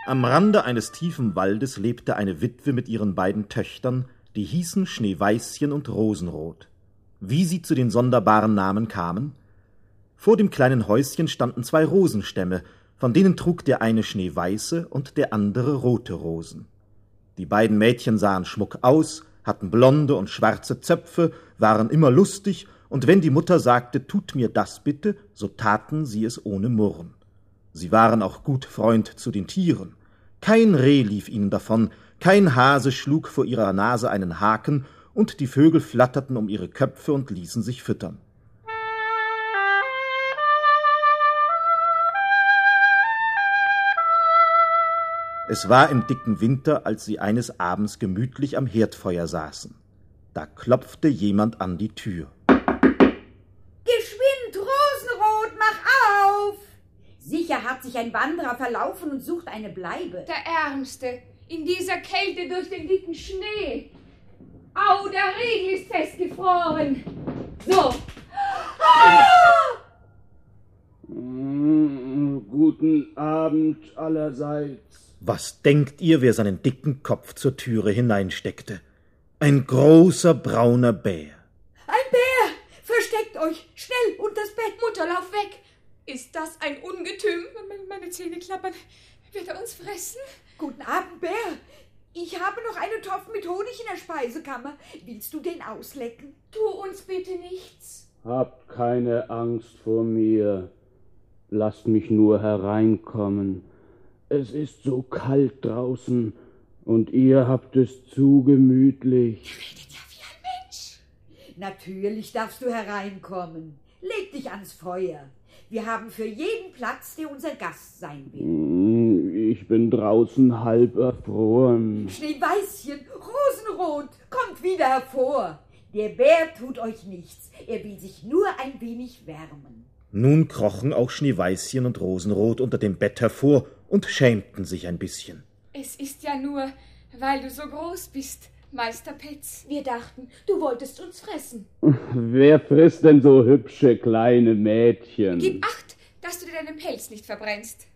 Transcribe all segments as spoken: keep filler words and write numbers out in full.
Am Rande eines tiefen Waldes lebte eine Witwe mit ihren beiden Töchtern, die hießen Schneeweißchen und Rosenrot. Wie sie zu den sonderbaren Namen kamen? Vor dem kleinen Häuschen standen zwei Rosenstämme, von denen trug der eine schneeweiße und der andere rote Rosen. Die beiden Mädchen sahen schmuck aus, hatten blonde und schwarze Zöpfe, waren immer lustig, und wenn die Mutter sagte, »Tut mir das bitte«, so taten sie es ohne Murren. Sie waren auch gut Freund zu den Tieren. Kein Reh lief ihnen davon, kein Hase schlug vor ihrer Nase einen Haken, und die Vögel flatterten um ihre Köpfe und ließen sich füttern. Es war im dicken Winter, als sie eines Abends gemütlich am Herdfeuer saßen. Da klopfte jemand an die Tür. Geschwind, Rosenrot, mach auf! Sicher hat sich ein Wanderer verlaufen und sucht eine Bleibe. Der Ärmste, in dieser Kälte durch den dicken Schnee. Au, der Riegel ist festgefroren. So. Ah! Mm, guten Abend allerseits. Was denkt ihr, wer seinen dicken Kopf zur Türe hineinsteckte? Ein großer brauner Bär. Ein Bär! Versteckt euch! Schnell unters Bett! Mutter, lauf weg! Ist das ein Ungetüm? Meine Zähne klappern. Wird er uns fressen? Guten Abend, Bär. Ich habe noch einen Topf mit Honig in der Speisekammer. Willst du den auslecken? Tu uns bitte nichts. Habt keine Angst vor mir. Lasst mich nur hereinkommen. Es ist so kalt draußen und ihr habt es zu gemütlich. Ihr redet ja wie ein Mensch. Natürlich darfst du hereinkommen. Leg dich ans Feuer. Wir haben für jeden Platz, der unser Gast sein will. Ich bin draußen halb erfroren. Schneeweißchen, Rosenrot, kommt wieder hervor. Der Bär tut euch nichts. Er will sich nur ein wenig wärmen. Nun krochen auch Schneeweißchen und Rosenrot unter dem Bett hervor und schämten sich ein bisschen. Es ist ja nur, weil du so groß bist, Meister Petz. Wir dachten, du wolltest uns fressen. Wer frisst denn so hübsche kleine Mädchen? Gib acht, dass du dir deinen Pelz nicht verbrennst.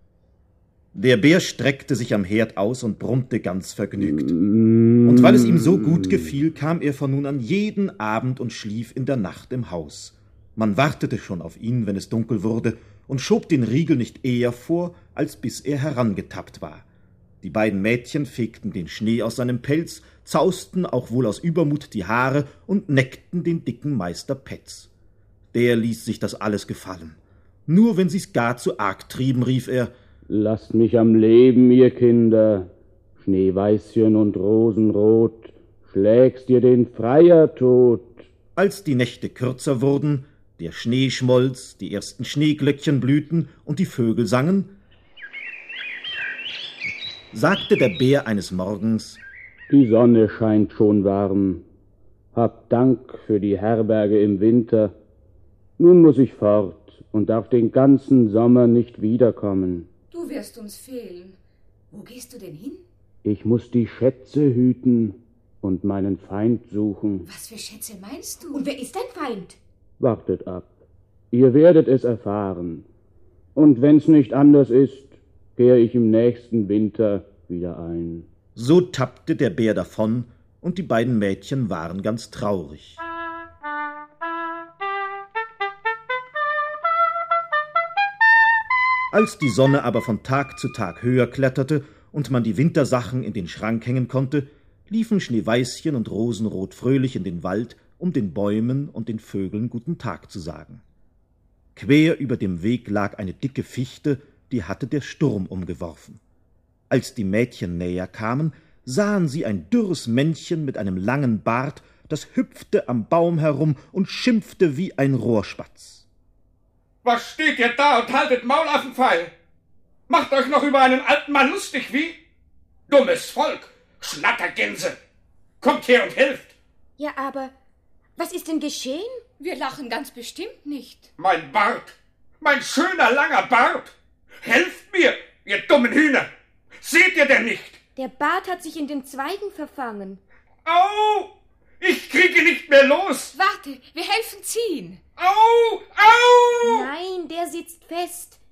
Der Bär streckte sich am Herd aus und brummte ganz vergnügt. Und weil es ihm so gut gefiel, kam er von nun an jeden Abend und schlief in der Nacht im Haus. Man wartete schon auf ihn, wenn es dunkel wurde, und schob den Riegel nicht eher vor, als bis er herangetappt war. Die beiden Mädchen fegten den Schnee aus seinem Pelz, zausten auch wohl aus Übermut die Haare und neckten den dicken Meister Petz. Der ließ sich das alles gefallen. Nur wenn sie's gar zu arg trieben, rief er: »Lasst mich am Leben, ihr Kinder. Schneeweißchen und Rosenrot, schlägst dir den Freier tot.« Als die Nächte kürzer wurden, der Schnee schmolz, die ersten Schneeglöckchen blühten und die Vögel sangen, sagte der Bär eines Morgens: »Die Sonne scheint schon warm. Habt Dank für die Herberge im Winter. Nun muss ich fort und darf den ganzen Sommer nicht wiederkommen.« Du wirst uns fehlen. Wo gehst du denn hin? »Ich muss die Schätze hüten und meinen Feind suchen.« Was für Schätze meinst du? Und wer ist dein Feind? »Wartet ab. Ihr werdet es erfahren. Und wenn's nicht anders ist, kehre ich im nächsten Winter wieder ein.« So tappte der Bär davon, und die beiden Mädchen waren ganz traurig. Als die Sonne aber von Tag zu Tag höher kletterte und man die Wintersachen in den Schrank hängen konnte, liefen Schneeweißchen und Rosenrot fröhlich in den Wald, um den Bäumen und den Vögeln guten Tag zu sagen. Quer über dem Weg lag eine dicke Fichte, die hatte der Sturm umgeworfen. Als die Mädchen näher kamen, sahen sie ein dürres Männchen mit einem langen Bart, das hüpfte am Baum herum und schimpfte wie ein Rohrspatz. »Was steht ihr da und haltet Maul auf den Pfeil? Macht euch noch über einen alten Mann lustig, wie? Dummes Volk, Schnattergänse! Kommt her und helft!« Ja, aber was ist denn geschehen? Wir lachen ganz bestimmt nicht. »Mein Bart, mein schöner langer Bart! Helft mir, ihr dummen Hühner! Seht ihr denn nicht?« Der Bart hat sich in den Zweigen verfangen. »Au! Ich kriege nicht mehr los!« Warte, wir helfen ziehen. »Au! Au!« Nein, der sitzt fest.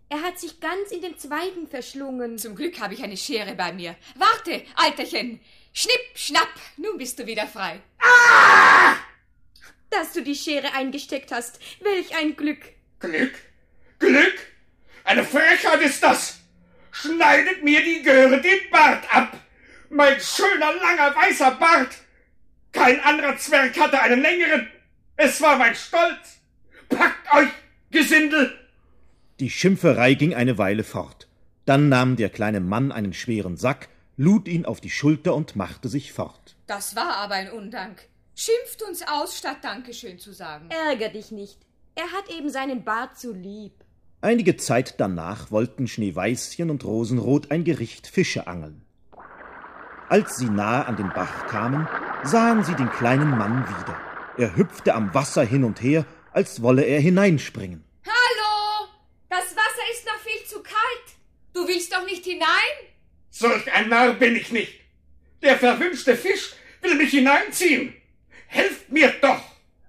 Er hat sich ganz in den Zweigen verschlungen. Zum Glück habe ich eine Schere bei mir. Warte, Alterchen. Schnipp, schnapp, nun bist du wieder frei. Ah! Dass du die Schere eingesteckt hast. Welch ein Glück. Glück? Glück? Eine Frechheit ist das. Schneidet mir die Göre den Bart ab. Mein schöner, langer, weißer Bart. Kein anderer Zwerg hatte einen längeren. Es war mein Stolz. Packt euch, Gesindel! Die Schimpferei ging eine Weile fort. Dann nahm der kleine Mann einen schweren Sack, lud ihn auf die Schulter und machte sich fort. Das war aber ein Undank. Schimpft uns aus, statt Dankeschön zu sagen. Ärger dich nicht. Er hat eben seinen Bart zu lieb. Einige Zeit danach wollten Schneeweißchen und Rosenrot ein Gericht Fische angeln. Als sie nahe an den Bach kamen, sahen sie den kleinen Mann wieder. Er hüpfte am Wasser hin und her, als wolle er hineinspringen. Hallo! Das Wasser ist noch viel zu kalt. Du willst doch nicht hinein? Solch ein Narr bin ich nicht. Der verwünschte Fisch will mich hineinziehen. Helft mir doch!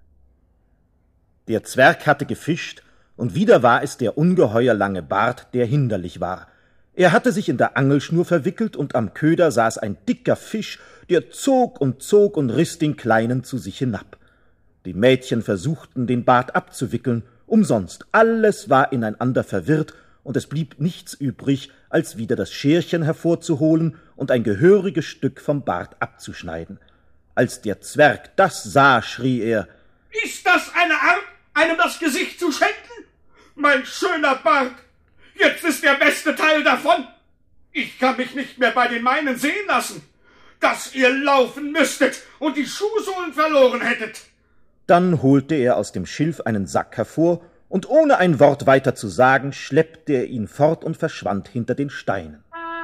Der Zwerg hatte gefischt, und wieder war es der ungeheuer lange Bart, der hinderlich war. Er hatte sich in der Angelschnur verwickelt, und am Köder saß ein dicker Fisch, der zog und zog und riß den Kleinen zu sich hinab. Die Mädchen versuchten, den Bart abzuwickeln, umsonst. Alles war ineinander verwirrt, und es blieb nichts übrig, als wieder das Scherchen hervorzuholen und ein gehöriges Stück vom Bart abzuschneiden. Als der Zwerg das sah, schrie er: »Ist das eine Art, einem das Gesicht zu schenken? Mein schöner Bart! Jetzt ist der beste Teil davon! Ich kann mich nicht mehr bei den meinen sehen lassen! Dass ihr laufen müsstet und die Schuhsohlen verloren hättet!« Dann holte er aus dem Schilf einen Sack hervor, und ohne ein Wort weiter zu sagen, schleppte er ihn fort und verschwand hinter den Steinen.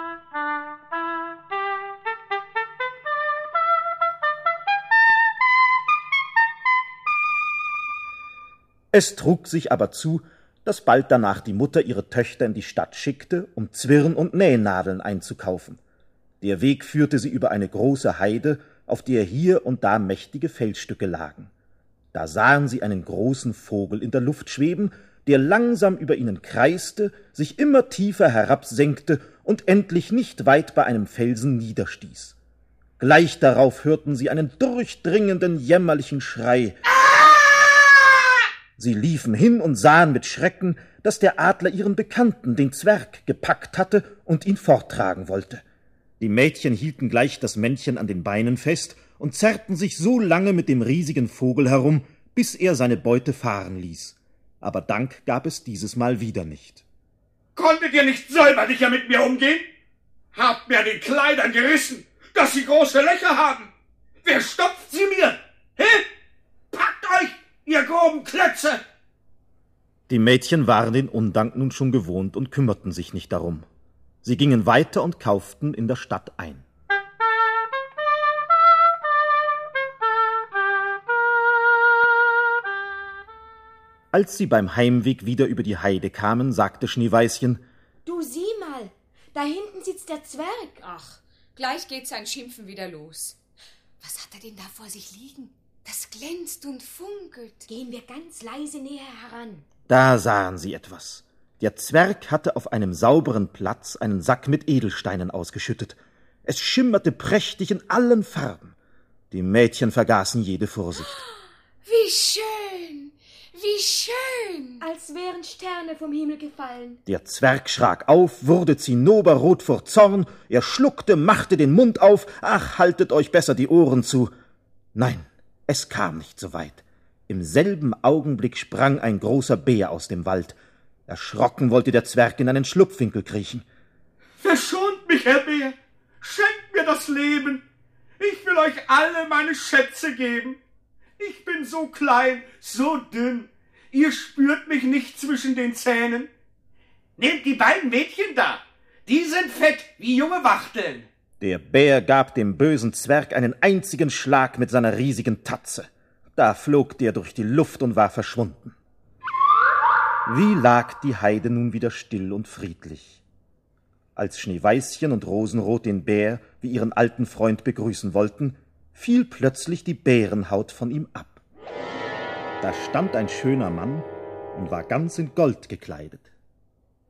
Es trug sich aber zu, dass bald danach die Mutter ihre Töchter in die Stadt schickte, um Zwirn und Nähnadeln einzukaufen. Der Weg führte sie über eine große Heide, auf der hier und da mächtige Felsstücke lagen. Da sahen sie einen großen Vogel in der Luft schweben, der langsam über ihnen kreiste, sich immer tiefer herabsenkte und endlich nicht weit bei einem Felsen niederstieß. Gleich darauf hörten sie einen durchdringenden, jämmerlichen Schrei. Sie liefen hin und sahen mit Schrecken, dass der Adler ihren Bekannten, den Zwerg, gepackt hatte und ihn forttragen wollte. Die Mädchen hielten gleich das Männchen an den Beinen fest und zerrten sich so lange mit dem riesigen Vogel herum, bis er seine Beute fahren ließ. Aber Dank gab es dieses Mal wieder nicht. »Konntet ihr nicht säuberlicher mit mir umgehen? Habt mir an den Kleidern gerissen, dass sie große Löcher haben. Wer stopft sie mir? Hä? Packt euch, ihr groben Klötze!« Die Mädchen waren den Undank nun schon gewohnt und kümmerten sich nicht darum. Sie gingen weiter und kauften in der Stadt ein. Als sie beim Heimweg wieder über die Heide kamen, sagte Schneeweißchen: »Du sieh mal, da hinten sitzt der Zwerg.« Ach, gleich geht sein Schimpfen wieder los. Was hat er denn da vor sich liegen? Das glänzt und funkelt. Gehen wir ganz leise näher heran. Da sahen sie etwas. Der Zwerg hatte auf einem sauberen Platz einen Sack mit Edelsteinen ausgeschüttet. Es schimmerte prächtig in allen Farben. Die Mädchen vergaßen jede Vorsicht. Wie schön, wie schön! Als wären Sterne vom Himmel gefallen. Der Zwerg schrak auf, wurde zinnoberrot vor Zorn, er schluckte, machte den Mund auf. Ach, haltet euch besser die Ohren zu. Nein, es kam nicht so weit. Im selben Augenblick sprang ein großer Bär aus dem Wald. Erschrocken wollte der Zwerg in einen Schlupfwinkel kriechen. »Verschont mich, Herr Bär! Schenkt mir das Leben! Ich will euch alle meine Schätze geben! Ich bin so klein, so dünn, ihr spürt mich nicht zwischen den Zähnen. Nehmt die beiden Mädchen da, die sind fett wie junge Wachteln.« Der Bär gab dem bösen Zwerg einen einzigen Schlag mit seiner riesigen Tatze. Da flog der durch die Luft und war verschwunden. Wie lag die Heide nun wieder still und friedlich. Als Schneeweißchen und Rosenrot den Bär wie ihren alten Freund begrüßen wollten, fiel plötzlich die Bärenhaut von ihm ab. Da stand ein schöner Mann und war ganz in Gold gekleidet.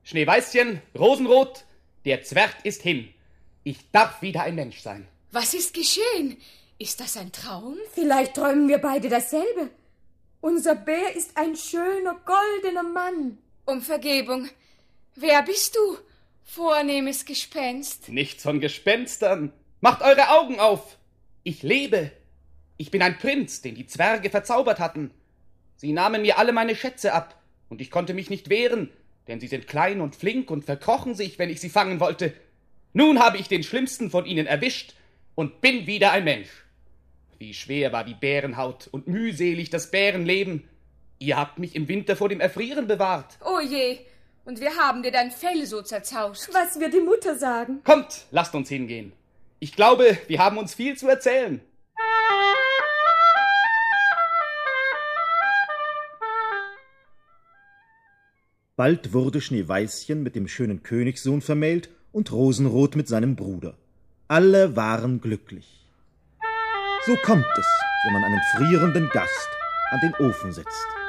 Schneeweißchen, Rosenrot, der Zwerg ist hin. Ich darf wieder ein Mensch sein. Was ist geschehen? Ist das ein Traum? Vielleicht träumen wir beide dasselbe. Unser Bär ist ein schöner, goldener Mann. Um Vergebung. Wer bist du, vornehmes Gespenst? Nichts von Gespenstern. Macht eure Augen auf. Ich lebe. Ich bin ein Prinz, den die Zwerge verzaubert hatten. Sie nahmen mir alle meine Schätze ab, und ich konnte mich nicht wehren, denn sie sind klein und flink und verkrochen sich, wenn ich sie fangen wollte. Nun habe ich den schlimmsten von ihnen erwischt und bin wieder ein Mensch. Wie schwer war die Bärenhaut und mühselig das Bärenleben. Ihr habt mich im Winter vor dem Erfrieren bewahrt. Oh je, und wir haben dir dein Fell so zerzaust. Was wird die Mutter sagen? Kommt, lasst uns hingehen. Ich glaube, wir haben uns viel zu erzählen. Bald wurde Schneeweißchen mit dem schönen Königssohn vermählt und Rosenrot mit seinem Bruder. Alle waren glücklich. So kommt es, wenn man einen frierenden Gast an den Ofen setzt.